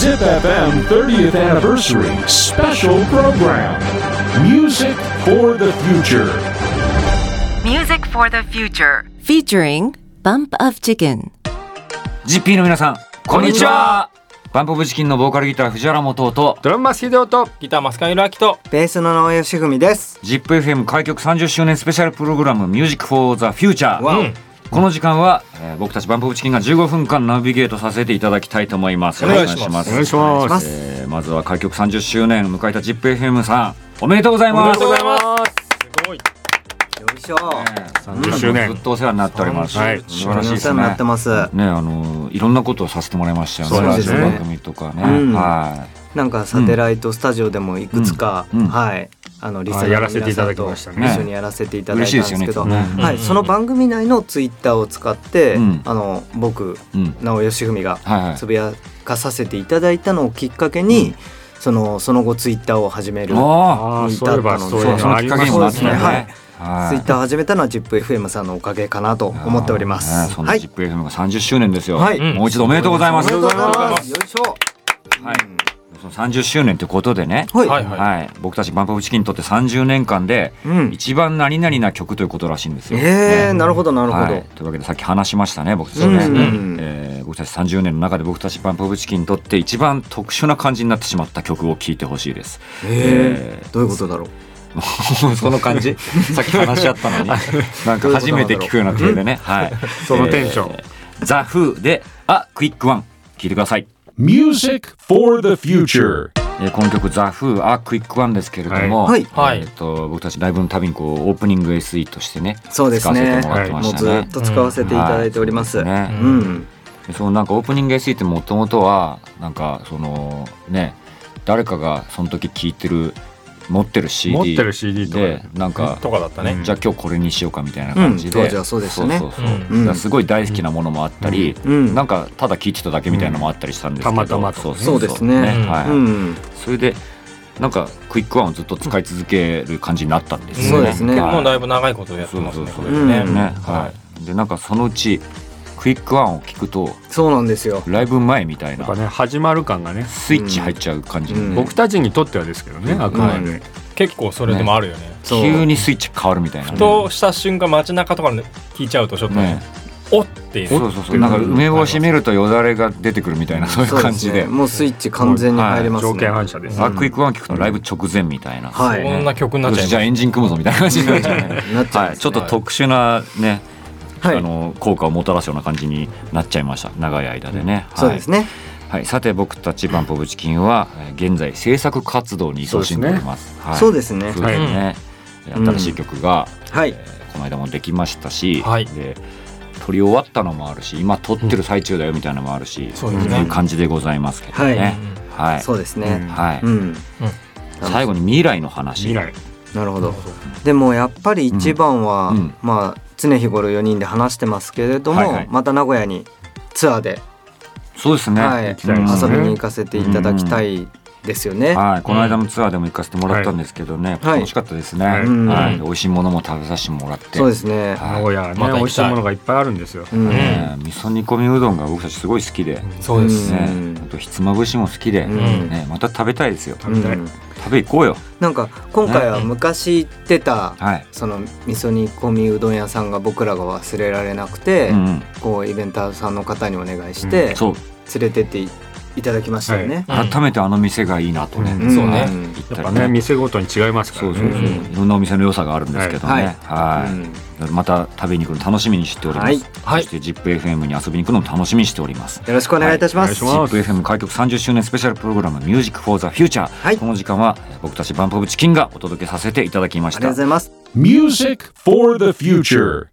ZipFM 30th Anniversary Special Program Music for the Future Music for the Future Featuring Bump of Chicken。 GP の皆さんこんにちは。バンプオブチキンのボーカルギター藤原元とドラムマス秀夫とギターマスカイルアキとベースの直江義文です。 ZIPFM 開局30周年スペシャルプログラム Music for the Future、この時間は、僕たちバンプオブチキンが15分間ナビゲートさせていただきたいと思います。 お願いします。 お願いします。 まずは開局30周年迎えた ZIPFM さんおめでとうございます。 おめでとうございます。すごい。 よいしょ。 30周年ずっとお世話になっております。 はい素晴らしいですお世話になねってます。 ね、いろんなことをさせてもらいましたよね。 そうですねラジオ番組とかね、はなんかサテライトスタジオでもいくつか、はいリスナーのやらせていただ皆さんときましたね一緒にやらせていただいたんですけど、 嬉しいですよねはい、その番組内のツイッターを使って、僕、直江義文がはいはいつぶやかさせていただいたのをきっかけに、その後ツイッターを始めるにあ至ったので、 そういえばそのきっかけにもなってね。 はいはいツイッターを始めたのは ZIPFM さんのおかげかなと思っております。 そのはい、 ZIPFM が30周年ですよ、 はいもう一度おめでとうございます。 おめでとうございます。よいしょ。 はい、その30周年ということでね、 はいはいはい僕たちバンプオブチキンにとって30年間で一番何々な曲ということらしいんですよ、 なるほどなるほど。 はい、というわけでさっき話しましたね僕たちね、 うん僕たち30年の中で僕たちバンプオブチキンにとって一番特殊な感じになってしまった曲を聴いてほしいです。 どういうことだろう。 その感じさっき話し合ったのになんか初めて聞くような曲でね、はい、 そのテンション、 ザ・フーでA Quick One聴いてください。 Music for the Future この曲ザ・フー・ア・クイック・ワンですけれども、 はいはい僕たちライブのたびにこうオープニング SE としてねそうですね。 使わせてもらってまもうずしたね。 っと使わせていただいております。 はいそうですねでそのなんかオープニング SE ってもともとはなんかそのね誰かがその時聴いてる持ってる CD 持ってる CD とかでなんかとかだったね。 じゃあ今日これにしようかみたいな感じで、 当時はそうですよね。 そううんだからすごい大好きなものもあったり、なんかただ聴いてただけみたいなのもあったりしたんですけど、 たまたまとそうですねはいそれでなんかクイックワンをずっと使い続ける感じになったんですよね。 そうですねはいもうだいぶ長いことやってますね。 そうこれでね。 ねはいでなんかそのうちクイックワンを聞くとそうなんですよ。 ライブ前みたいなやっぱね始まる感がね、 スイッチ入っちゃう感じ、 僕たちにとってはですけどね、あくまで、 結構それでもあるよね。 急にスイッチ変わるみたいな、 ふとした瞬間街中とかで聞いちゃうとちょっとね、おっていう。 そうなんか梅干し見るとよだれが出てくるみたいなそういう感じで、 もうスイッチ完全に入りますね。 条件反射です、 クイックワン聞くとライブ直前みたいな、 はいそんな曲になっちゃいます。 じゃあエンジン組むぞみたいな感じになっちゃうねなっちゃいますねはい、ちょっと特殊なね、 はい効果をもたらすような感じになっちゃいました長い間でね、 そうですね。 はい、さて僕たちバンプオブチキンは現在制作活動に勤しんでおります。はいそうですね。 そうですね、新しい曲が、 はいこの間もできましたし、 はいで撮り終わったのもあるし今撮ってる最中だよみたいなのもあるし、 そうですねっていう感じでございますけどね。はい、 そうですね。 はいうん。 最後に未来の話。 未来なるほど。でもやっぱり一番はまあ常日頃4人で話してますけれども、 はいはいまた名古屋にツアーでそうですね、 はい行きたいですね遊びに行かせていただきたいですよね。 はい、この間のツアーでも行かせてもらったんですけどね、 はい楽しかったですね、 はいはい美味しいものも食べさせてもらって、 そうですね。 はい名古屋ね、 また行きたい美味しいものがいっぱいあるんですよ、 味噌煮込みうどんが僕たちすごい好きで、 そうです。 ね、あとひつまぶしも好きで、ね、また食べたいですよ。 食べたい、 食べ行こうよ。 なんか今回は昔行ってたはい。 その味噌煮込みうどん屋さんが僕らが忘れられなくて、こうイベンターさんの方にお願いしてそう、 連れてっていただきましたよね。 改めてあの店がいいなとね、 そうね行ったりやっぱね店ごとに違いますからね。 いろんなお店の良さがあるんですけどね。はい。また食べに行くの楽しみにしております。 はいそして ZIPFM に遊びに行くのも楽しみにしております。 よろしくお願いいたします。 はいお願いします ZIPFM 開局30周年スペシャルプログラム Music for the Future、 はいこの時間は僕たちバンプオブチキンがお届けさせていただきました。 ありがとうございます。 Music for the Future